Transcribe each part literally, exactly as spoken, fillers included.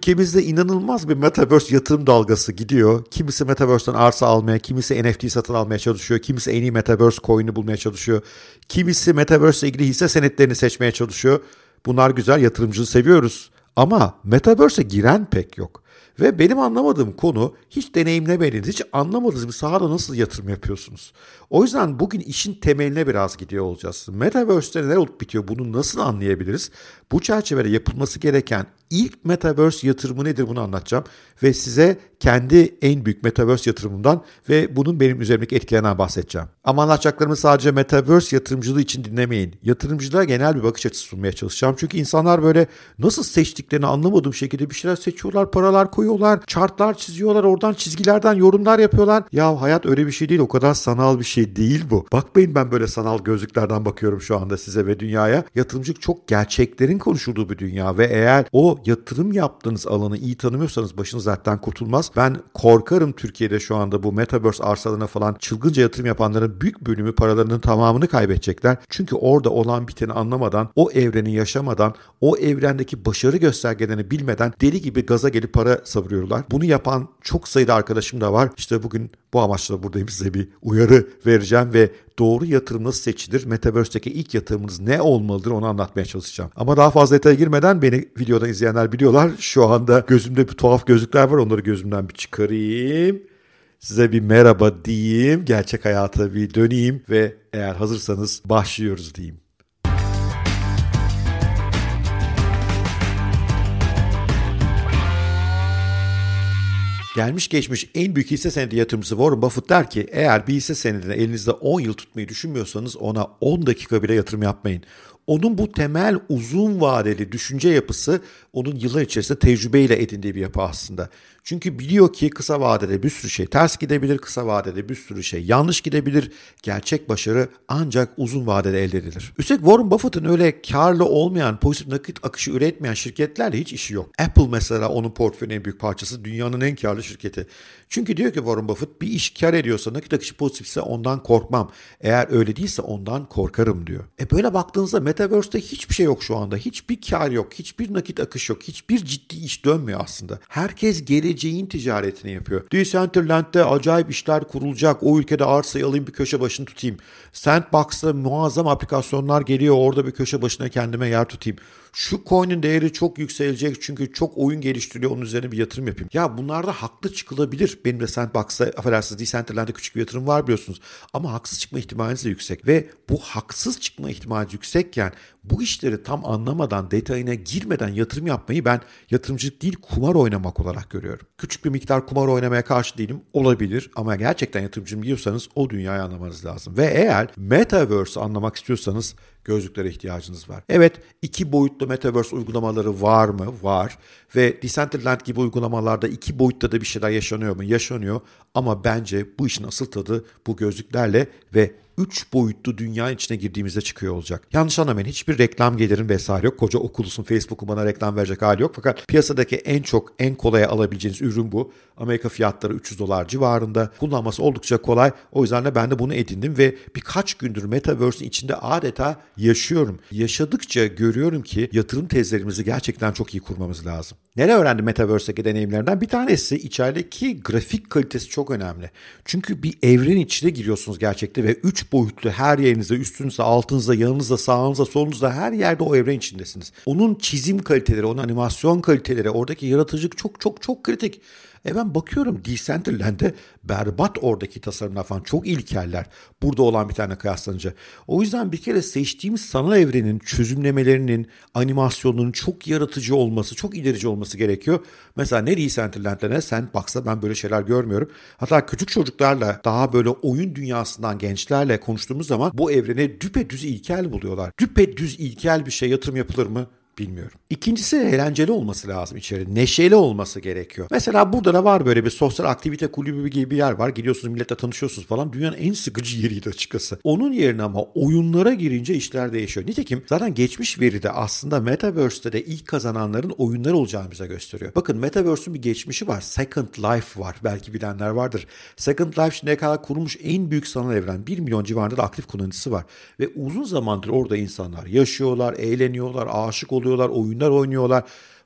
ülkemizde inanılmaz bir Metaverse yatırım dalgası gidiyor. Kimisi Metaverse'den arsa almaya, kimisi N F T satın almaya çalışıyor. Kimisi en iyi Metaverse coin'i bulmaya çalışıyor. Kimisi Metaverse ile ilgili hisse senetlerini seçmeye çalışıyor. Bunlar güzel, yatırımcıyı seviyoruz. Ama Metaverse'e giren pek yok. Ve benim anlamadığım konu, hiç deneyimlemediğiniz, hiç anlamadığınız bir sahada nasıl yatırım yapıyorsunuz? O yüzden bugün işin temeline biraz gidiyor olacağız. Metaverse'te neler olup bitiyor, bunu nasıl anlayabiliriz? Bu çerçevede yapılması gereken ilk Metaverse yatırımı nedir, bunu anlatacağım. Ve size kendi en büyük Metaverse yatırımımdan ve bunun benim üzerimdeki etkilerinden bahsedeceğim. Ama anlatacaklarımı sadece Metaverse yatırımcılığı için dinlemeyin. Yatırımcılığa genel bir bakış açısı sunmaya çalışacağım. Çünkü insanlar böyle nasıl seçtiklerini anlamadığım şekilde bir şeyler seçiyorlar, paralar koyuyorlar, chartlar çiziyorlar, oradan çizgilerden yorumlar yapıyorlar. Ya hayat öyle bir şey değil, o kadar sanal bir şey değil bu. Bakmayın, ben böyle sanal gözlüklerden bakıyorum şu anda size ve dünyaya. Yatırımcılık çok gerçeklerin konuşulduğu bir dünya ve eğer o yatırım yaptığınız alanı iyi tanımıyorsanız başınız dertten kurtulmaz. Ben korkarım Türkiye'de şu anda bu Metaverse arsalarına falan çılgınca yatırım yapanların büyük bölümü paralarının tamamını kaybedecekler. Çünkü orada olan biteni anlamadan, o evreni yaşamadan, o evrendeki başarı göstergelerini bilmeden deli gibi gaza gelip para savuruyorlar. Bunu yapan çok sayıda arkadaşım da var. İşte bugün bu amaçla buradayım, size bir uyarı vereceğim ve doğru yatırım nasıl seçilir, Metaverse'deki ilk yatırımınız ne olmalıdır onu anlatmaya çalışacağım. Ama daha fazla detaya girmeden, beni videoda izleyenler biliyorlar. Şu anda gözümde bir tuhaf gözlükler var, onları gözümden bir çıkarayım. Size bir merhaba diyeyim, gerçek hayata bir döneyim ve eğer hazırsanız başlıyoruz diyeyim. Gelmiş geçmiş en büyük hisse senedi yatırımcısı Warren Buffett der ki, eğer bir hisse senedine elinizde on yıl tutmayı düşünmüyorsanız ona on dakika bile yatırım yapmayın. Onun bu temel uzun vadeli düşünce yapısı onun yıllar içerisinde tecrübeyle edindiği bir yapı aslında. Çünkü biliyor ki kısa vadede bir sürü şey ters gidebilir, kısa vadede bir sürü şey yanlış gidebilir. Gerçek başarı ancak uzun vadede elde edilir. Üstelik Warren Buffett'ın öyle karlı olmayan, pozitif nakit akışı üretmeyen şirketlerle hiç işi yok. Apple mesela onun portföyünün en büyük parçası, dünyanın en karlı şirketi. Çünkü diyor ki Warren Buffett, bir iş kar ediyorsa, nakit akışı pozitifse ondan korkmam. Eğer öyle değilse ondan korkarım diyor. E böyle baktığınızda Metaverse'te hiçbir şey yok şu anda. Hiçbir kar yok, hiçbir nakit akış yok, hiçbir ciddi iş dönmüyor aslında. Herkes geleceğin ticaretini yapıyor. Decentraland'de acayip işler kurulacak. O ülkede arsayı alayım, bir köşe başını tutayım. Sandbox'ta muazzam aplikasyonlar geliyor. Orada bir köşe başına kendime yer tutayım. Şu coin'in değeri çok yükselecek çünkü çok oyun geliştiriyor, onun üzerine bir yatırım yapayım. Ya bunlarda haklı çıkılabilir. Benim de Sandbox'ta, affedersiniz, Decentraland'da küçük bir yatırım var biliyorsunuz. Ama haksız çıkma ihtimaliniz de yüksek. Ve bu haksız çıkma ihtimali yüksekken bu işleri tam anlamadan, detayına girmeden yatırım yapmayı ben yatırımcılık değil, kumar oynamak olarak görüyorum. Küçük bir miktar kumar oynamaya karşı değilim, olabilir, ama gerçekten yatırımcıyım diyorsanız o dünyayı anlamanız lazım. Ve eğer Metaverse'ı anlamak istiyorsanız gözlüklere ihtiyacınız var. Evet, iki boyutlu Metaverse uygulamaları var mı? Var. Ve Decentraland gibi uygulamalarda iki boyutta da bir şeyler yaşanıyor mu? Yaşanıyor. Ama bence bu işin asıl tadı bu gözlüklerle ve üç boyutlu dünya içine girdiğimizde çıkıyor olacak. Yanlış anlamayın, hiçbir reklam gelirim vesaire yok. Koca Oculus'un, Facebook'un bana reklam verecek hali yok. Fakat piyasadaki en çok, en kolay alabileceğiniz ürün bu. Amerika fiyatları üç yüz dolar civarında. Kullanması oldukça kolay. O yüzden de ben de bunu edindim ve birkaç gündür Metaverse'in içinde adeta yaşıyorum. Yaşadıkça görüyorum ki yatırım tezlerimizi gerçekten çok iyi kurmamız lazım. Neler öğrendim Metaverse'deki deneyimlerinden? Bir tanesi, içerideki grafik kalitesi çok önemli. Çünkü bir evren içine giriyorsunuz gerçekte ve üç boyutlu, her yerinizde, üstünüzde, altınızda, yanınızda, sağınızda, solunuzda, her yerde o evren içindesiniz. Onun çizim kaliteleri, onun animasyon kaliteleri, oradaki yaratıcılık çok çok çok kritik. E ben bakıyorum Decentraland'de berbat oradaki tasarımlar falan, çok ilkeller burada olan bir tane kıyaslanınca. O yüzden bir kere seçtiğimiz sanal evrenin çözümlemelerinin, animasyonunun çok yaratıcı olması, çok ilerici olması gerekiyor. Mesela ne Decentraland'de ne Sandbox'ta ben böyle şeyler görmüyorum. Hatta küçük çocuklarla, daha böyle oyun dünyasından gençlerle konuştuğumuz zaman bu evreni düpedüz ilkel buluyorlar. Düpedüz ilkel bir şey yatırım yapılır mı? Bilmiyorum. İkincisi, eğlenceli olması lazım içeri. Neşeli olması gerekiyor. Mesela burada da var böyle bir sosyal aktivite kulübü gibi bir yer var. Gidiyorsunuz, milletle tanışıyorsunuz falan. Dünyanın en sıkıcı yeriydi açıkçası. Onun yerine ama oyunlara girince işler değişiyor. Nitekim zaten geçmiş veride aslında Metaverse'de de ilk kazananların oyunlar olacağını bize gösteriyor. Bakın, Metaverse'ün bir geçmişi var. Second Life var. Belki bilenler vardır. Second Life şimdiye kadar kurulmuş en büyük sanal evren. bir milyon civarında da aktif kullanıcısı var. Ve uzun zamandır orada insanlar yaşıyorlar, eğleniyorlar, aşık oluyorlar, oyunlar oynuyorlar.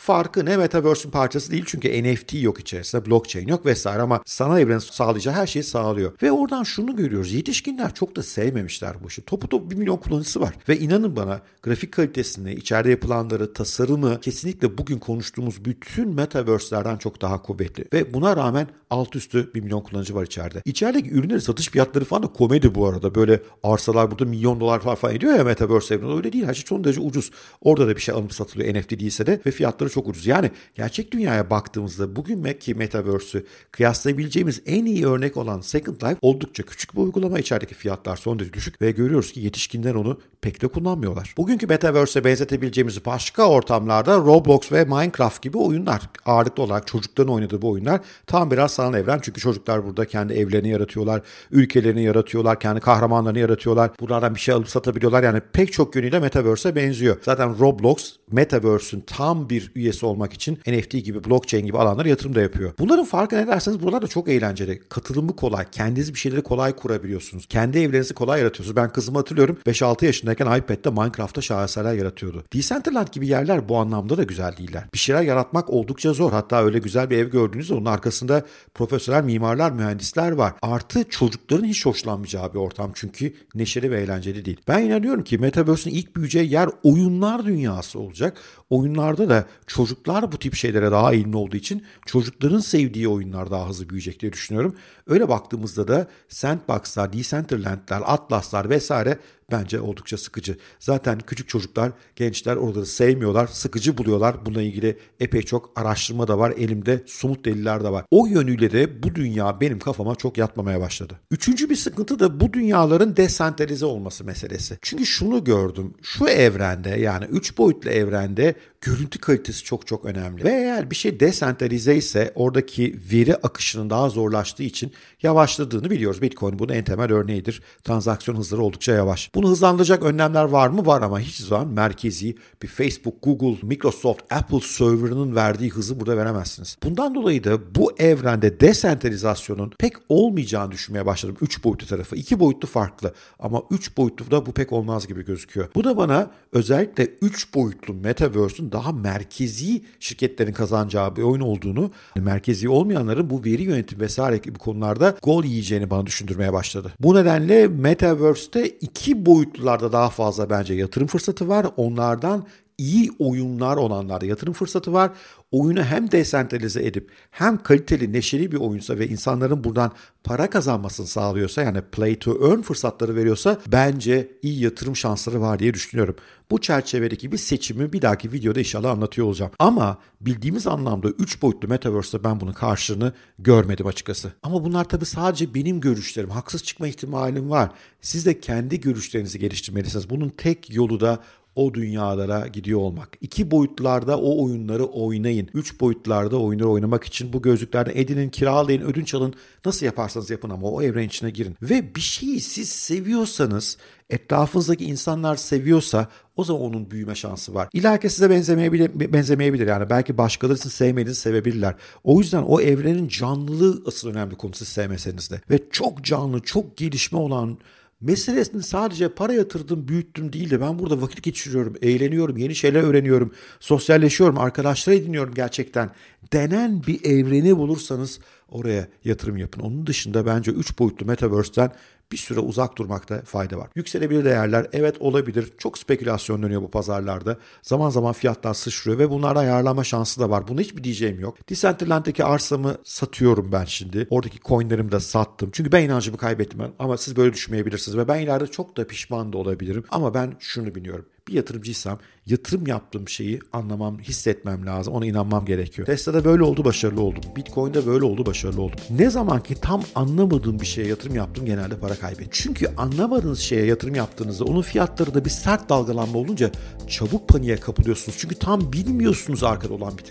Farkı ne? Metaverse'ün parçası değil çünkü N F T yok içerisinde, blockchain yok vesaire ama sanal evrenin sağlayacağı her şeyi sağlıyor. Ve oradan şunu görüyoruz. Yetişkinler çok da sevmemişler bu işi. Topu topu bir milyon kullanıcısı var. Ve inanın bana grafik kalitesini, içeride yapılanları, tasarımı kesinlikle bugün konuştuğumuz bütün metaverse'lerden çok daha kuvvetli. Ve buna rağmen alt üstü bir milyon kullanıcı var içeride. İçerideki ürünlerin satış fiyatları falan da komedi bu arada. Böyle arsalar burada milyon dolar falan ediyor ya metaverse evreninde. Öyle değil. Her şey son derece ucuz. Orada da bir şey alınıp satılıyor N F T değilse de ve fiyatları çok ucuz. Yani gerçek dünyaya baktığımızda bugünkü metaverse'ü kıyaslayabileceğimiz en iyi örnek olan Second Life oldukça küçük bir uygulama. İçerideki fiyatlar son derece düşük ve görüyoruz ki yetişkinler onu pek de kullanmıyorlar. Bugünkü metaverse'e benzetebileceğimiz başka ortamlarda Roblox ve Minecraft gibi oyunlar. Ağırlıklı olarak çocukların oynadığı bu oyunlar tam biraz sanal evren. Çünkü çocuklar burada kendi evlerini yaratıyorlar, ülkelerini yaratıyorlar, kendi kahramanlarını yaratıyorlar. Bunlardan bir şey alıp satabiliyorlar. Yani pek çok yönüyle metaverse'e benziyor. Zaten Roblox metaverse'ün tam bir üyesi olmak için N F T gibi, blockchain gibi alanlara yatırım da yapıyor. Bunların farkı ne derseniz buralar da çok eğlenceli. Katılımı kolay. Kendiniz bir şeyleri kolay kurabiliyorsunuz. Kendi evlerinizi kolay yaratıyorsunuz. Ben kızımı hatırlıyorum. beş altı yaşındayken iPad'de Minecraft'ta şaheserler yaratıyordu. Decentraland gibi yerler bu anlamda da güzel değiller. Bir şeyler yaratmak oldukça zor. Hatta öyle güzel bir ev gördüğünüzde onun arkasında profesyonel mimarlar, mühendisler var. Artı çocukların hiç hoşlanmayacağı bir ortam. Çünkü neşeli ve eğlenceli değil. Ben inanıyorum ki Metaverse'ün ilk büyüyeceği yer oyunlar dünyası olacak. Oyunlarda da çocuklar bu tip şeylere daha eğilimli olduğu için çocukların sevdiği oyunlar daha hızlı büyüyecek diye düşünüyorum. Öyle baktığımızda da Sandbox'lar, Decentraland'lar, Atlas'lar vesaire bence oldukça sıkıcı. Zaten küçük çocuklar, gençler oraları sevmiyorlar, sıkıcı buluyorlar. Bununla ilgili epey çok araştırma da var, elimde somut deliller de var. O yönüyle de bu dünya benim kafama çok yatmamaya başladı. Üçüncü bir sıkıntı da bu dünyaların desentralize olması meselesi. Çünkü şunu gördüm, şu evrende yani üç boyutlu evrende görüntü kalitesi çok çok önemli. Ve eğer bir şey desentralize ise oradaki veri akışının daha zorlaştığı için yavaşladığını biliyoruz. Bitcoin bunun en temel örneğidir. Transaksiyon hızları oldukça yavaş. Bunu hızlandıracak önlemler var mı? Var ama hiç zaman merkezi bir Facebook, Google, Microsoft, Apple serverının verdiği hızı burada veremezsiniz. Bundan dolayı da bu evrende desentralizasyonun pek olmayacağını düşünmeye başladım. üç boyutlu tarafı. iki boyutlu farklı ama üç boyutlu da bu pek olmaz gibi gözüküyor. Bu da bana özellikle üç boyutlu Metaverse'ün daha merkezi şirketlerin kazanacağı bir oyun olduğunu, merkezi olmayanların bu veri yönetimi vesaire gibi konularda gol yiyeceğini bana düşündürmeye başladı. Bu nedenle Metaverse'te iki boyutlularda daha fazla bence yatırım fırsatı var. Onlardan iyi oyunlar olanlarda yatırım fırsatı var. Oyunu hem desentralize edip hem kaliteli, neşeli bir oyunsa ve insanların buradan para kazanmasını sağlıyorsa, yani play to earn fırsatları veriyorsa bence iyi yatırım şansları var diye düşünüyorum. Bu çerçevedeki bir seçimi bir dahaki videoda inşallah anlatıyor olacağım. Ama bildiğimiz anlamda üç boyutlu Metaverse'de ben bunun karşılığını görmedim açıkçası. Ama bunlar tabii sadece benim görüşlerim. Haksız çıkma ihtimalim var. Siz de kendi görüşlerinizi geliştirmelisiniz. Bunun tek yolu da o dünyalara gidiyor olmak. İki boyutlarda o oyunları oynayın. Üç boyutlarda oyunları oynamak için bu gözlüklerden edinin, kiralayın, ödünç alın. Nasıl yaparsanız yapın ama o evren içine girin. Ve bir şeyi siz seviyorsanız, etrafınızdaki insanlar seviyorsa o zaman onun büyüme şansı var. İlla ki size benzemeyebilir, benzemeyebilir yani. Belki başkaları sizin sevmediğinizi sevebilirler. O yüzden o evrenin canlılığı asıl önemli konu siz sevmeseniz de. Ve çok canlı, çok gelişme olan meselesini sadece para yatırdım, büyüttüm değil de ben burada vakit geçiriyorum, eğleniyorum, yeni şeyler öğreniyorum, sosyalleşiyorum, arkadaşlar ediniyorum gerçekten denen bir evreni bulursanız oraya yatırım yapın. Onun dışında bence üç boyutlu Metaverse'den bir süre uzak durmakta fayda var. Yükselebilir değerler, evet olabilir. Çok spekülasyon dönüyor bu pazarlarda. Zaman zaman fiyatlar sıçrıyor ve bunlarda ayarlama şansı da var. Buna hiçbir diyeceğim yok. Decentraland'daki arsamı satıyorum ben şimdi. Oradaki coinlerimi de sattım. Çünkü ben inancımı kaybettim. Ama siz böyle düşünmeyebilirsiniz ve ben ileride çok da pişman da olabilirim. Ama ben şunu biliyorum. Bir yatırımcıysam yatırım yaptığım şeyi anlamam, hissetmem lazım. Ona inanmam gerekiyor. Tesla'da böyle oldu, başarılı oldum. Bitcoin'de böyle oldu, başarılı oldum. Ne zaman ki tam anlamadığım bir şeye yatırım yaptım genelde para kaybettim. Çünkü anlamadığınız şeye yatırım yaptığınızda onun fiyatlarında bir sert dalgalanma olunca çabuk paniğe kapılıyorsunuz. Çünkü tam bilmiyorsunuz arkada olan biteni.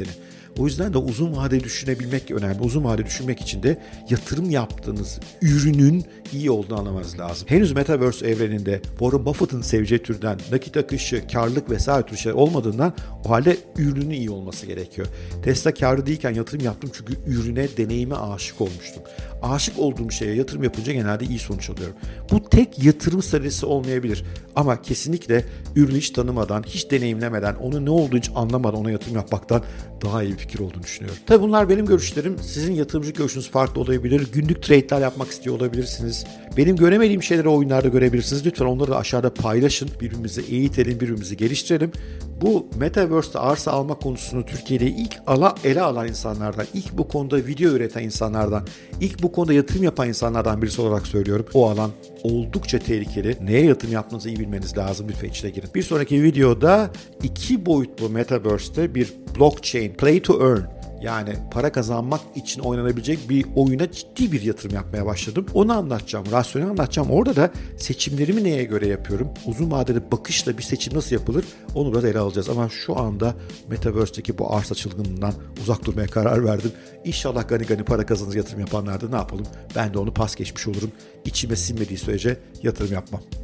O yüzden de uzun vade düşünebilmek önemli. Uzun vade düşünmek için de yatırım yaptığınız ürünün iyi olduğunu anlamanız lazım. Henüz Metaverse evreninde Warren Buffett'ın seveceği türden nakit akışı, karlılık vesaire tür şeyler olmadığından o halde ürünün iyi olması gerekiyor. Tesla karlı değilken yatırım yaptım çünkü ürüne, deneyime aşık olmuştum. Aşık olduğum şeye yatırım yapınca genelde iyi sonuç alıyorum. Bu tek yatırım stratejisi olmayabilir. Ama kesinlikle ürünü hiç tanımadan, hiç deneyimlemeden, onun ne olduğunu hiç anlamadan ona yatırım yapmaktan daha iyi bir fikir olduğunu düşünüyorum. Tabii bunlar benim görüşlerim. Sizin yatırımcı görüşünüz farklı olabilir. Günlük trade'ler yapmak istiyor olabilirsiniz. Benim göremediğim şeyleri oyunlarda görebilirsiniz. Lütfen onları da aşağıda paylaşın. Birbirimizi eğitelim, birbirimizi geliştirelim. Bu Metaverse'de arsa alma konusunu Türkiye'de ilk ala, ele alan insanlardan, ilk bu konuda video üreten insanlardan, ilk bu konuda yatırım yapan insanlardan birisi olarak söylüyorum. O alan oldukça tehlikeli. Neye yatırım yaptığınızı iyi bilmeniz lazım. Lütfen içine girin. Bir sonraki videoda iki boyutlu Metaverse'de bir blockchain, play to earn, yani para kazanmak için oynanabilecek bir oyuna ciddi bir yatırım yapmaya başladım. Onu anlatacağım, rasyonel anlatacağım. Orada da seçimlerimi neye göre yapıyorum? Uzun vadeli bakışla bir seçim nasıl yapılır? Onu biraz ele alacağız. Ama şu anda Metaverse'deki bu arsa çılgınlığından uzak durmaya karar verdim. İnşallah gani gani para kazanır yatırım yapanlar da ne yapalım? Ben de onu pas geçmiş olurum. İçime sinmediği sürece yatırım yapmam.